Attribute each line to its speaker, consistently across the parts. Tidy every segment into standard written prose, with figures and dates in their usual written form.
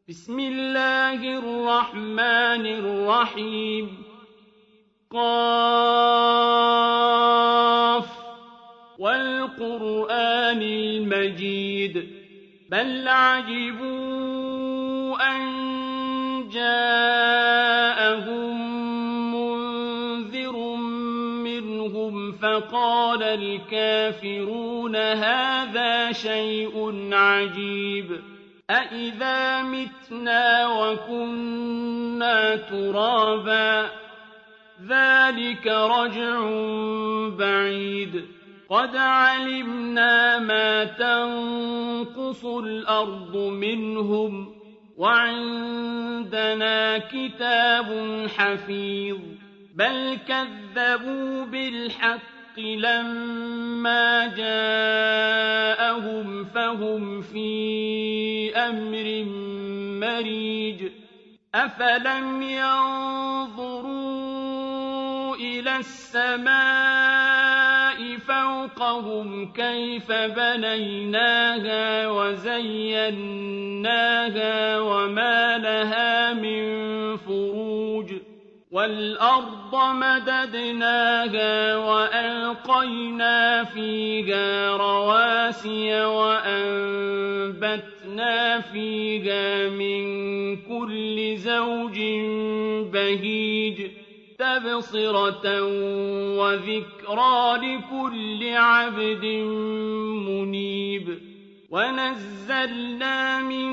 Speaker 1: بسم الله الرحمن الرحيم قاف والقرآن المجيد بل عجبوا أن جاءهم منذر منهم فقال الكافرون هذا شيء عجيب أإذا متنا وكنا ترابا ذلك رجع بعيد قد علمنا ما تنقص الأرض منهم وعندنا كتاب حفيظ بل كذبوا بالحق لما جاءهم فهم في أمر مريج أفلم ينظروا إلى السماء فوقهم كيف بنيناها وزيناها وما لها من فروج والأرض مددناها وألقينا فيها رواسي وأنبتنا فيها من كل زوج بهيج تبصرة وذكرى لكل عبد منيب ونزلنا من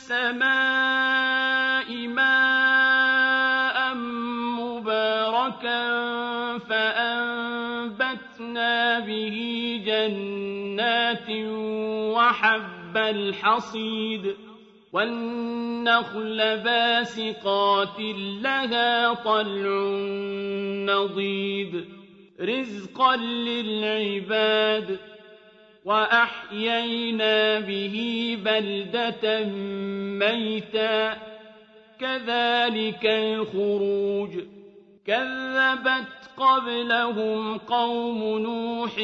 Speaker 1: السماء ماء مباركا فأنبتنا به جنات وحب الحصيد والنخل باسقات لها طلع نضيد رزقا للعباد وأحيينا به بلدة ميتا كذلك الخروج كذبت قبلهم قوم نوح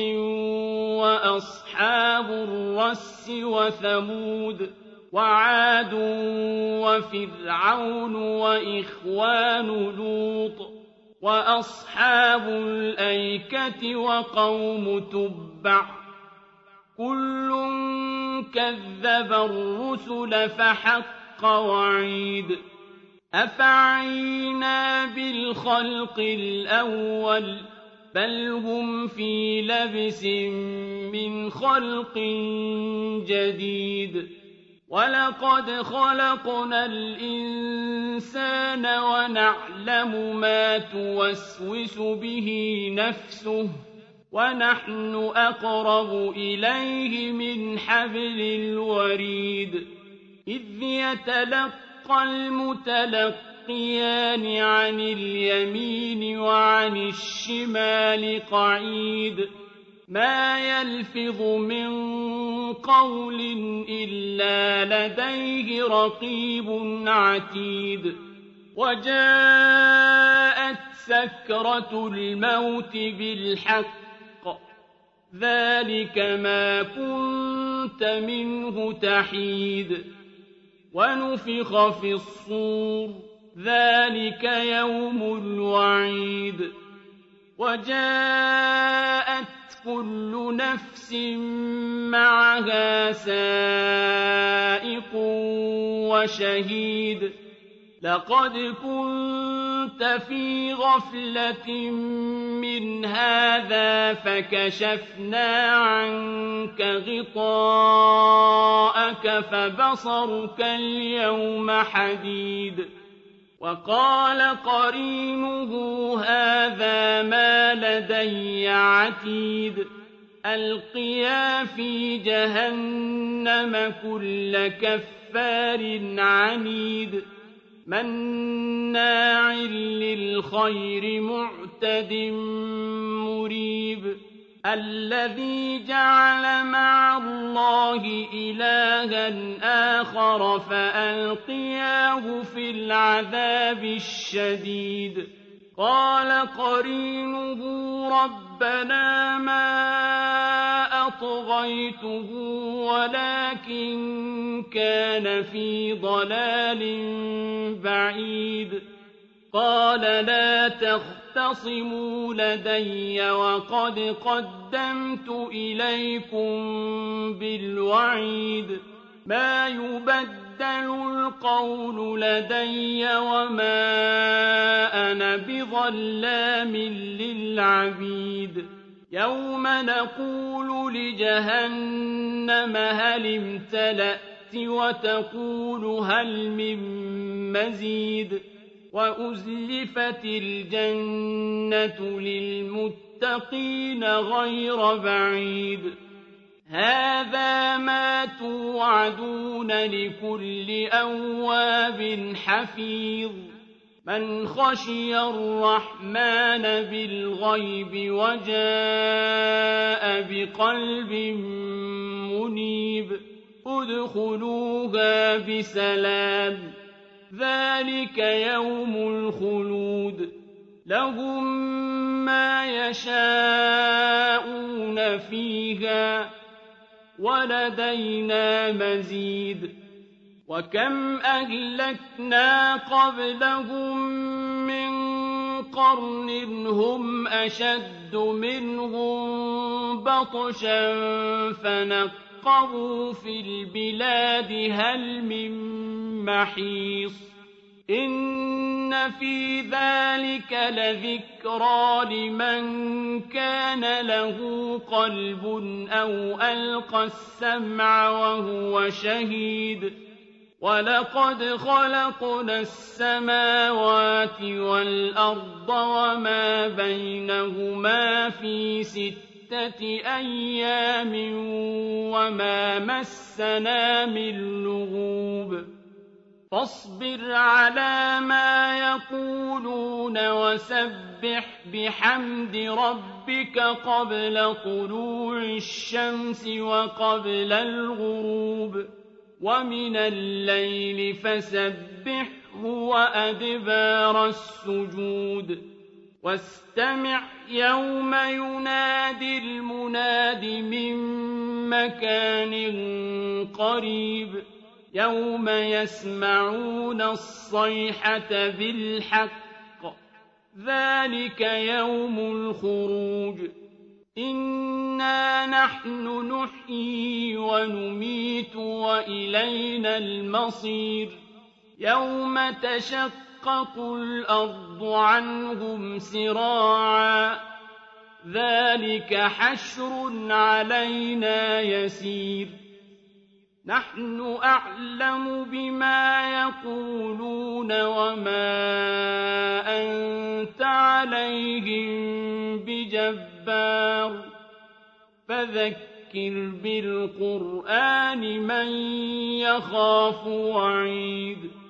Speaker 1: وأصحاب الرس وثمود وعاد وفرعون وإخوان لوط وأصحاب الأيكة وقوم تبع كل كذب الرسل فحق وعيد أفعينا بالخلق الأول بل هم في لبس من خلق جديد ولقد خلقنا الإنسان ونعلم ما توسوس به نفسه ونحن أقرب إليه من حبل الوريد إذ يتلقى المتلقيان عن اليمين وعن الشمال قعيد ما يلفظ من قول إلا لديه رقيب عتيد وجاءت سكرة الموت بالحق ذلك ما كنت منه تحيد ونفخ في الصور ذلك يوم الوعيد وجاءت كل نفس معها سائق وشهيد لقد كنت في غفلة من هذا فكشفنا عنك غطاءك فبصرك اليوم حديد وقال قرينه هذا ما لدي عتيد ألقيا في جهنم كل كفار عنيد مناع للخير معتد مريب الذي جعل مع الله إلها آخر فألقياه في العذاب الشديد قال قرينه ربنا ما أطغيته ولكن كان في ضلال بعيد قال لا تختصموا لدي وقد قدمت إليكم بالوعيد ما يبدل القول لدي وما أنا بظلام للعبيد يوم نقول لجهنم هل امتلأت وتقول هل من مزيد وأزلفت الجنة للمتقين غير بعيد هذا ما توعدون لكل أواب حفيظ من خشي الرحمن بالغيب وجاء بقلب منيب ادخلوها بسلام ذلك يوم الخلود لهم ما يشاءون فيها ولدينا مزيد وكم أهلكنا قبلهم من قرن هم أشد منهم بطشا فنقبوا في البلاد هل من محيص إن في ذلك لذكرى لمن كان له قلب أو ألقى السمع وهو شهيد ولقد خلقنا السماوات والأرض وما بينهما في 6 أيام وما مسنا من لغوب فاصبر على ما يقولون وسبح بحمد ربك قبل طلوع الشمس وقبل الغروب ومن الليل فسبحه وأدبار السجود واستمع يوم ينادي المناد من مكان قريب يوم يسمعون الصيحة بالحق ذلك يوم الخروج إنا نحن نحيي ونميت وإلينا المصير يوم تشقق الأرض عنهم سراعا ذلك حشر علينا يسير نحن أعلم بما يقولون وما أنت عليهم بجبار فذكر بالقرآن من يخاف وعيد